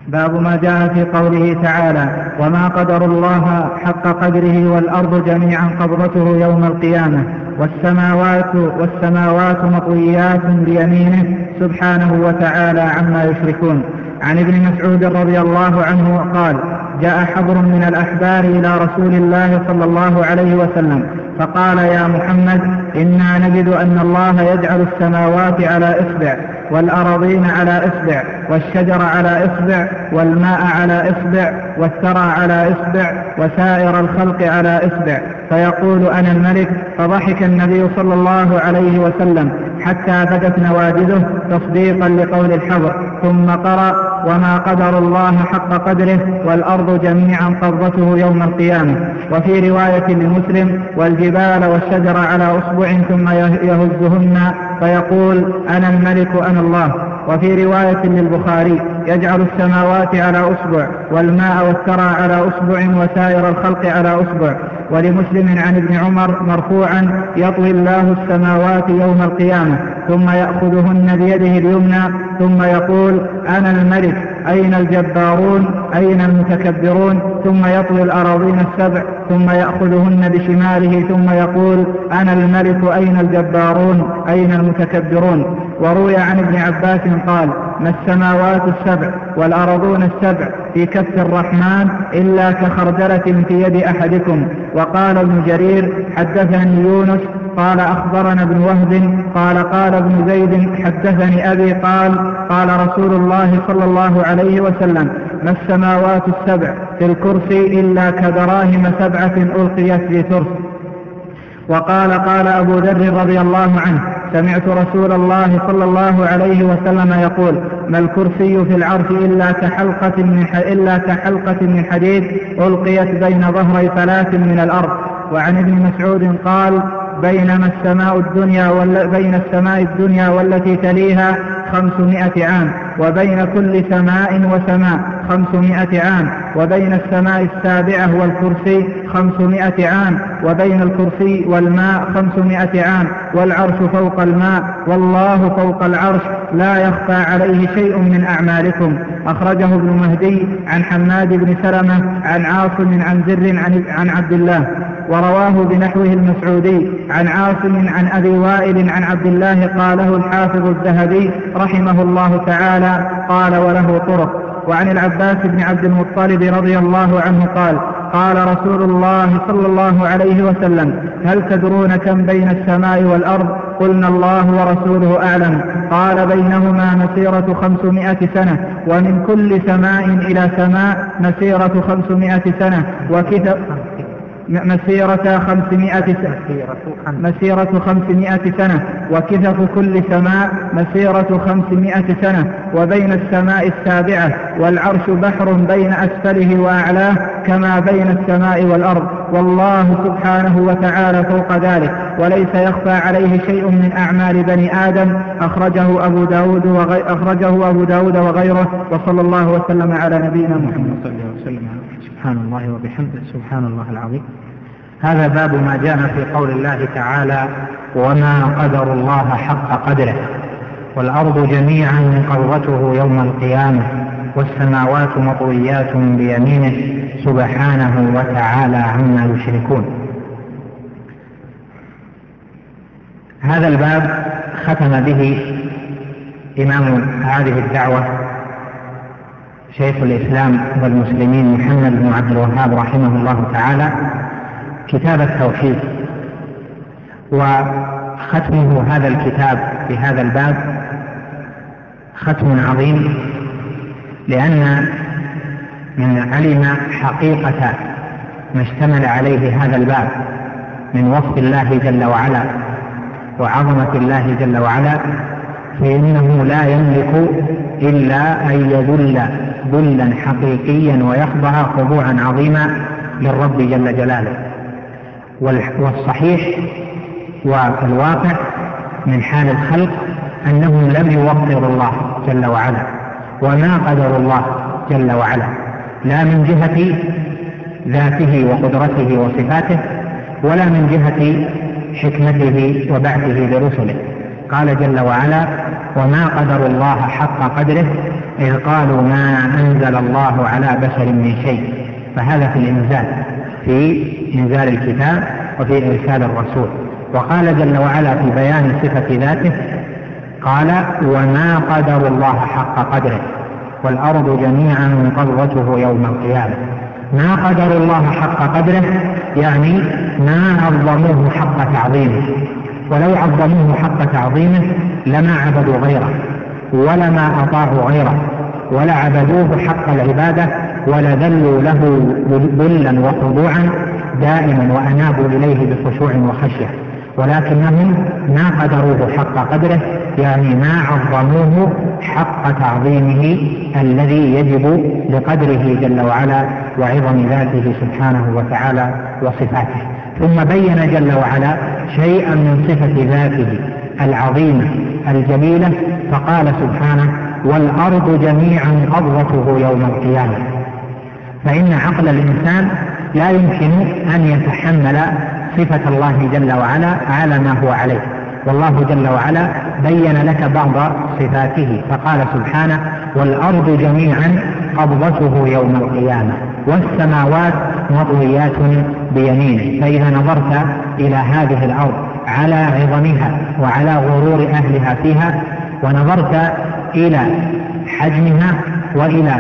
باب ما جاء في قوله تعالى: وما قدر الله حق قدره والأرض جميعا قبضته يوم القيامة والسماوات مطويات بيمينه سبحانه وتعالى عما يشركون. عن ابن مسعود رضي الله عنه قال: جاء حبر من الأحبار إلى رسول الله صلى الله عليه وسلم فقال: يا محمد، إنا نجد أن الله يجعل السماوات على إصبع، والأراضين على إصبع، والشجر على إصبع، والماء على إصبع، والثرى على إصبع، وسائر الخلق على إصبع، فيقول: أنا الملك. فضحك النبي صلى الله عليه وسلم حتى بدت نواجذه تصديقا لقول الحبر، ثم قرأ: وما قدر الله حق قدره والأرض جميعا قبضته يوم القيامة. وفي رواية لمسلم: والجبال والشجر على أصبع ثم يهزهن فيقول: أنا الملك أنا الله. وفي رواية للبخاري: يجعل السماوات على أصبع، والماء والثرى على أصبع، وسائر الخلق على أصبع. ولمسلم عن ابن عمر مرفوعا: يطوي الله السماوات يوم القيامة ثم يأخذهن بيده اليمنى ثم يقول: أنا الملك، أين الجبارون، أين المتكبرون؟ ثم يطوي الأراضين السبع ثم يأخذهن بشماله ثم يقول: أنا الملك، أين الجبارون، أين المتكبرون؟ وروي عن ابن عباس قال: ما السماوات السبع والأرضون السبع في كف الرحمن إلا كخردلة في يد أحدكم. وقال ابن جرير: حدثني يونس قال أخبرنا ابن وهب قال ابن زيد حدثني أبي قال رسول الله صلى الله عليه وسلم: ما السماوات السبع في الكرسي إلا كدراهم سبعة ألقيت في ترس. وقال أبو ذر رضي الله عنه: سمعت رسول الله صلى الله عليه وسلم يقول: ما الكرسي في العرش إلا كحلقة من حديد ألقيت بين ظهري ثلاث من الأرض. وعن ابن مسعود قال: بين السماء الدنيا والتي تليها 500 عام، وبين كل سماء وسماء 500 عام، وبين السماء السابعة والكرسي 500 عام، وبين الكرسي والماء 500 عام، والعرش فوق الماء، والله فوق العرش، لا يخفى عليه شيء من أعمالكم. أخرجه ابن مهدي عن حماد بن سلمة عن عاصم عن زر عن عبد الله. ورواه بنحوه المسعودي عن عاصم عن أبي وائل عن عبد الله قاله الحافظ الذهبي رحمه الله تعالى قال: وله طرق. وعن العباس بن عبد المطلب رضي الله عنه قال رسول الله صلى الله عليه وسلم: هل تدرون كم بين السماء والأرض؟ قلنا: الله ورسوله أعلم. قال: بينهما مسيرة 500 سنة، ومن كل سماء إلى سماء مسيرة 500 سنة، مسيرة 500 سنة، وكثف كل سماء مسيرة 500 سنة، وبين السماء السابعة والعرش بحر بين أسفله وأعلاه كما بين السماء والأرض، والله سبحانه وتعالى فوق ذلك، وليس يخفى عليه شيء من أعمال بني آدم. أخرجه أبو داود وغيره. وصلى الله وسلم على نبينا محمد صلى الله عليه وسلم. سبحان الله وبحمده، سبحان الله العظيم. هذا باب ما جاء في قول الله تعالى: وما قدر الله حق قدره والأرض جميعا قبضته يوم القيامة والسماوات مطويات بيمينه سبحانه وتعالى عما يشركون. هذا الباب ختم به إمام هذه الدعوة شيخ الإسلام والمسلمين محمد بن عبد الوهاب رحمه الله تعالى كتاب التوحيد. وختمه هذا الكتاب بهذا الباب ختم عظيم، لأن من علم حقيقة ما اشتمل عليه هذا الباب من وصف الله جل وعلا وعظمة الله جل وعلا، فإنه لا يملك إلا أن يذل ذلا حقيقيا ويخضع خضوعا عظيما للرب جل جلاله. والصحيح والواقع من حال الخلق أنهم لم يوقروا الله جل وعلا وما قدروا الله جل وعلا، لا من جهة ذاته وقدرته وصفاته، ولا من جهة حكمته وبعثه لرسله، قال جل وعلا: وما قدروا الله حق قدره إذ قالوا ما أنزل الله على بشر من شيء. فهذا في الإنزال، في إنزال الكتاب وفي إرسال الرسول. وقال جل وعلا في بيان صفة ذاته قال: وما قدروا الله حق قدره والأرض جميعا قبضته يوم القيامة. ما قدروا الله حق قدره يعني ما عظموه حق تعظيمه، ولو عظموه حق تعظيمه لما عبدوا غيره ولما أطاعوا غيره ولا عبدوه حق العبادة ولا ذلوا له ذلا وخضوعا دائما وأنابوا إليه بخشوع وخشية، ولكنهم ما قدروه حق قدره يعني ما عظموه حق تعظيمه الذي يجب لقدره جل وعلا وعظم ذاته سبحانه وتعالى وصفاته. ثم بين جل وعلا شيئا من صفة ذاته العظيمة الجليلة فقال سبحانه: والأرض جميعا قبضته يوم القيامة. فإن عقل الإنسان لا يمكن أن يتحمل صفة الله جل وعلا على ما هو عليه، والله جل وعلا بين لك بعض صفاته فقال سبحانه: والأرض جميعا قبضته يوم القيامة والسماوات مطويات بيمينه. فإذا نظرت إلى هذه الأرض على عظمها وعلى غرور أهلها فيها، ونظرت إلى حجمها وإلى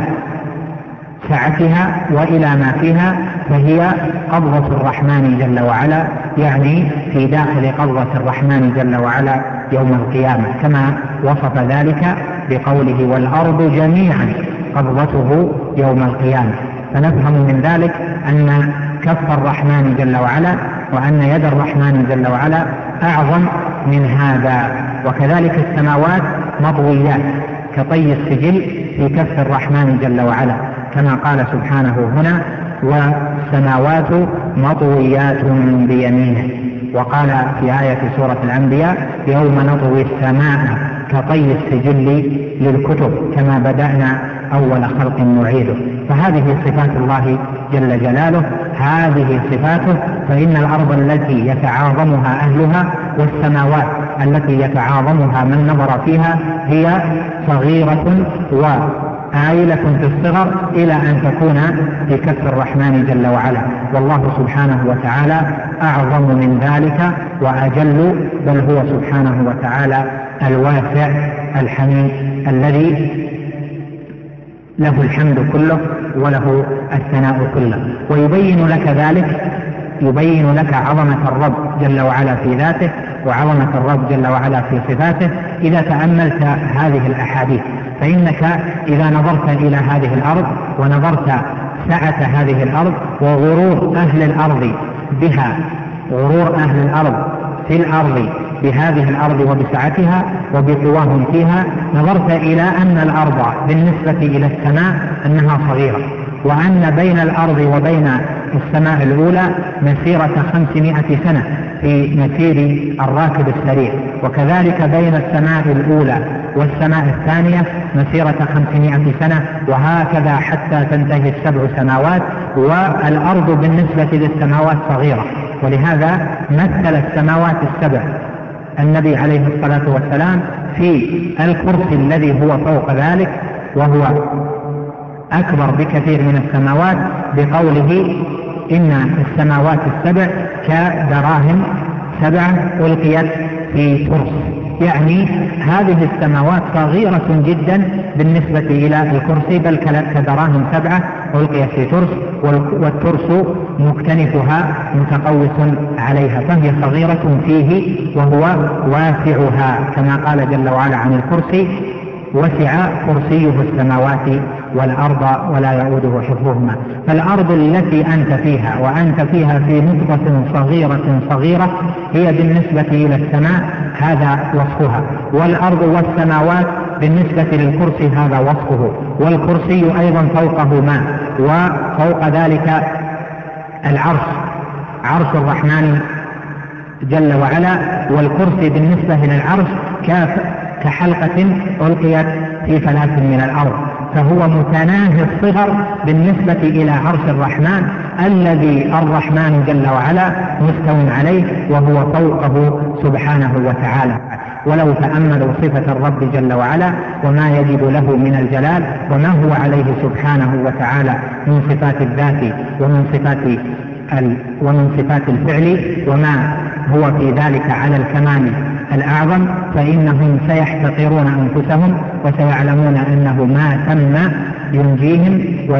سعتها وإلى ما فيها، فهي قبضة الرحمن جل وعلا، يعني في داخل قبضة الرحمن جل وعلا يوم القيامة، كما وصف ذلك بقوله: والأرض جميعا قبضته يوم القيامة. فنفهم من ذلك أن كف الرحمن جل وعلا وأن يد الرحمن جل وعلا أعظم من هذا. وكذلك السماوات مطويات كطي السجل في كف الرحمن جل وعلا، كما قال سبحانه هنا: والسماوات مطويات بيمينه. وقال في آية سورة الأنبياء: يوم نطوي السماء كطي السجل للكتب كما بدأنا أول خلق نعيده. فهذه صفات الله جل جلاله، هذه صفاته. فإن الأرض التي يتعاظمها أهلها والسماوات التي يتعاظمها من نظر فيها هي صغيرة وآيلة في الصغر إلى أن تكون في كف الرحمن جل وعلا، والله سبحانه وتعالى أعظم من ذلك وأجل، بل هو سبحانه وتعالى الواسع الحميد الذي له الحمد كله وله الثناء كله. ويبين لك ذلك، يبين لك عظمة الرب جل وعلا في ذاته وعظمة الرب جل وعلا في صفاته إذا تأملت هذه الأحاديث. فإنك إذا نظرت إلى هذه الأرض ونظرت سعة هذه الأرض وغرور أهل الأرض بها، غرور أهل الأرض في الأرض بهذه الأرض وبسعتها وبقواهم فيها، نظرت إلى أن الأرض بالنسبة إلى السماء أنها صغيرة، وأن بين الأرض وبين السماء الأولى مسيرة 500 سنة في مسير الراكب السريع، وكذلك بين السماء الأولى والسماء الثانية مسيرة 500 سنة، وهكذا حتى تنتهي 7 سماوات، والأرض بالنسبة للسماوات صغيرة. ولهذا مثل السماوات ال7 النبي عليه الصلاة والسلام في الكرسي الذي هو فوق ذلك وهو أكبر بكثير من السماوات بقوله: إن السماوات ال7 كدراهم 7 ألقيت في ترس. يعني هذه السماوات صغيرة جدا بالنسبة إلى الكرسي، بل كدراهم 7 ألقيت في ترس، والترس مكتنفها متقوس عليها، فهي صغيرة فيه وهو واسعها، كما قال جل وعلا عن الكرسي: وسع كرسيه السماوات والأرض ولا يؤوده حفظهما. فالأرض التي أنت فيها وأنت فيها في نقطة صغيرة هي بالنسبة إلى السماء هذا وصفها، والأرض والسماوات بالنسبة للكرسي هذا وصفه، والكرسي أيضا فوقه ماء، وفوق ذلك العرش، عرش الرحمن جل وعلا، والكرسي بالنسبة للعرش كحلقة ألقيت في فلاة من الأرض، فهو متناهي الصغر بالنسبة إلى عرش الرحمن الذي الرحمن جل وعلا مستو عليه وهو فوقه سبحانه وتعالى. ولو تأملوا صفة الرب جل وعلا وما يجد له من الجلال وما هو عليه سبحانه وتعالى من صفات الذات ومن صفات الفعل وما هو في ذلك على الكمال الأعظم، فإنهم سيحتقرون أنفسهم وسيعلمون أنه ما تم ينجيهم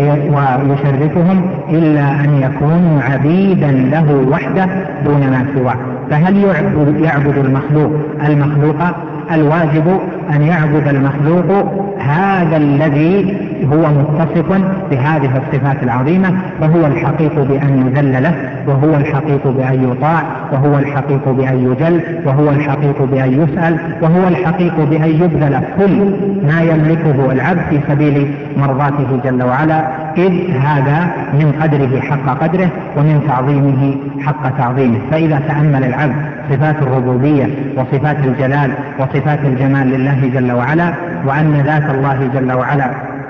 ويشرفهم إلا أن يكونوا عبيدا له وحده دون ما سواه. فهل يعبد المخلوق؟ الواجب أن يعبد المخلوق هذا الذي هو متصف بهذه الصفات العظيمة، فهو الحقيق بأن يذل له، وهو الحقيق بأن يطاع، وهو الحقيق بأن يجل، وهو الحقيق بأن يسأل، وهو الحقيق بأن يبذل كل ما يملكه العبد في سبيل مرضاته جل وعلا، إذ هذا من قدره حق قدره ومن تعظيمه حق تعظيمه. فإذا تأمل العبد صفات الربوبية وصفات الجلال وصفات الجمال لله جل وعلا، وأن ذات الله جل وعلا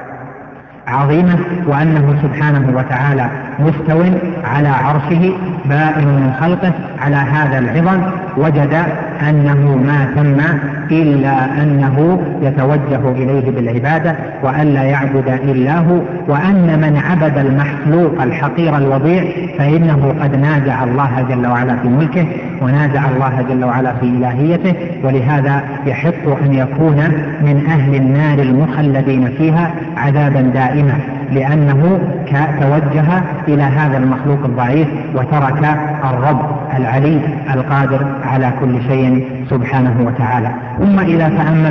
عظيمة، وأنه سبحانه وتعالى مستو على عرشه بائن من خلقه على هذا العظم، وجد أنه ما تم إلا أنه يتوجه إليه بالعبادة وأن لا يعبد إلا هو، وأن من عبد المخلوق الحقير الوضيع فإنه قد نازع الله جل وعلا في ملكه ونازع الله جل وعلا في إلهيته، ولهذا يحق أن يكون من أهل النار المخلدين فيها عذابا دائما، لأنه توجه إلى هذا المخلوق الضعيف وترك الرب العلي القادر على كل شيء سبحانه وتعالى. ثم إذا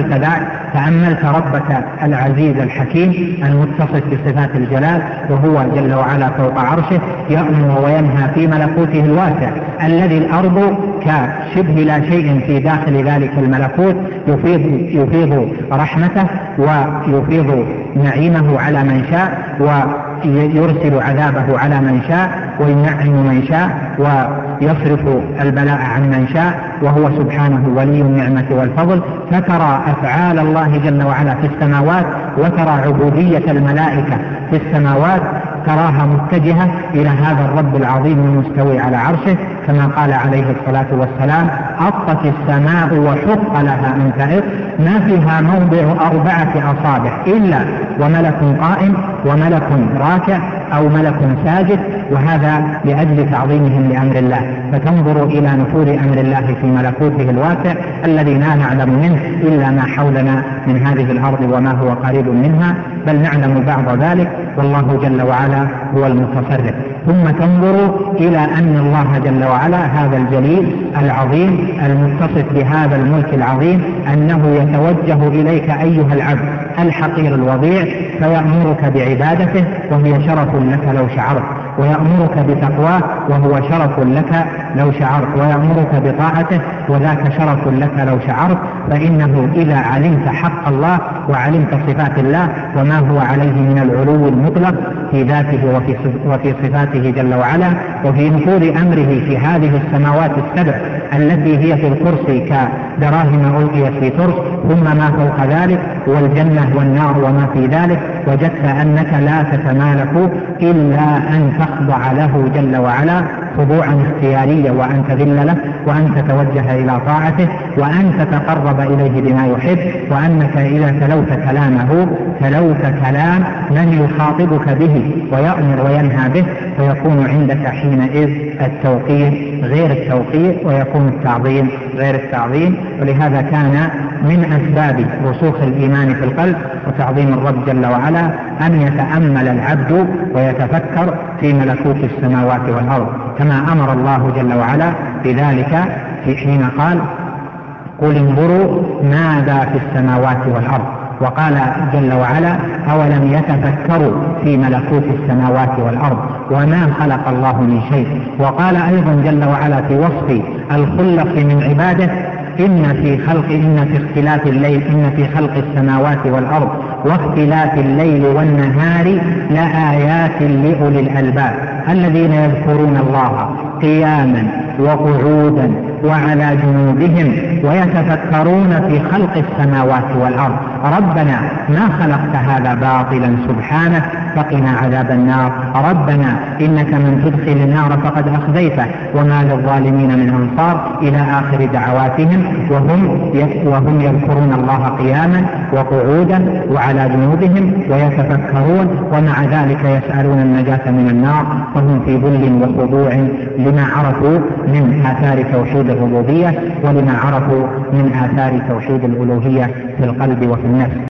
تأملت ربك العزيز الحكيم المتصف بصفات الجلال، وهو جل وعلا فوق عرشه يأمر وينهى في ملكوته الواسع الذي الأرض كشبه لا شيء في داخل ذلك الملكوت، يفيض رحمته ويفيض نعيمه على من شاء ويرسل عذابه على من شاء وينعم من شاء ويصرف البلاء عن من شاء، وهو سبحانه ولي النعمة والفضل. فترى أفعال الله جل وعلا في السماوات وترى عبودية الملائكة في السماوات تراها متجهة إلى هذا الرب العظيم المستوي على عرشه، كما قال عليه الصلاة والسلام: أطت السماء وحق لها أن تئط ما فيها موضع 4 أصابع إلا وملك قائم وملك راكع أو ملك ساجد، وهذا لأجل تعظيمهم لأمر الله. فتنظر إلى نفوذ أمر الله في ملكوته الواسع الذي لا نعلم منه إلا ما حولنا من هذه الأرض وما هو قريب منها، بل نعلم بعض ذلك، والله جل وعلا هو المتصرف. ثم تنظر إلى أن الله جل وعلا هذا الجليل العظيم المتصف بهذا الملك العظيم أنه يتوجه إليك أيها العبد الحقير الوضيع فيأمرك بعبادته وهي شرف لك لو شعرت، ويأمرك بتقواه وهو شرف لك لو شعرت، ويأمرك بطاعته وذاك شرف لك لو شعرت. فإنه إذا علمت حق الله وعلمت صفات الله وما هو عليه من العلو المطلق في ذاته وفي صفاته جل وعلا وفي نفوذ أمره في هذه السماوات السبع التي هي في الكرسي كدراهم ألقيت في ترس، ثم ما فوق ذلك والجنة والنار وما في ذلك، وجدت أنك لا تتمالك إلا أن تخضع له جل وعلا خضوعا اختياريا، وأن تذل له، وأن تتوجه إلى طاعته، وأن تتقرب إليه بما يحب، وأنك إذا تلوت كلامه تلوت كلام من يخاطبك به ويأمر وينهى به، فيكون عندك حينئذ التوقير غير التوقير ويكون التعظيم غير التعظيم. ولهذا كان من أسباب رسوخ الإيمان في القلب وتعظيم الرب جل وعلا أن يتأمل العبد ويتفكر في ملكوت السماوات والأرض، كما أمر الله جل وعلا بذلك في حين قال: قل انظروا ماذا في السماوات والأرض. وقال جل وعلا: أولم يتفكروا في ملكوت السماوات والأرض وما خلق الله من شيء. وقال أيضا جل وعلا في وصف الخلق من عباده: إن في خلق السماوات والأرض واختلاف الليل والنهار لآيات لأولي الألباب الذين يذكرون الله قياما وقعودا وعلى جنوبهم ويتفكرون في خلق السماوات والأرض ربنا ما خلقت هذا باطلا سبحانك فقنا عذاب النار ربنا إنك من تدخل النار فقد أخزيته وما للظالمين من أنصار إلى آخر دعواتهم وهم يذكرون الله قياما وقعودا وعلى جنوبهم ويتفكرون ومع ذلك يسألون النجاة من النار فهم في ذل وخضوع لما عرفوا من آثار توحيد الربوبية ولما عرفوا من آثار توحيد الألوهية في القلب وفي النفس.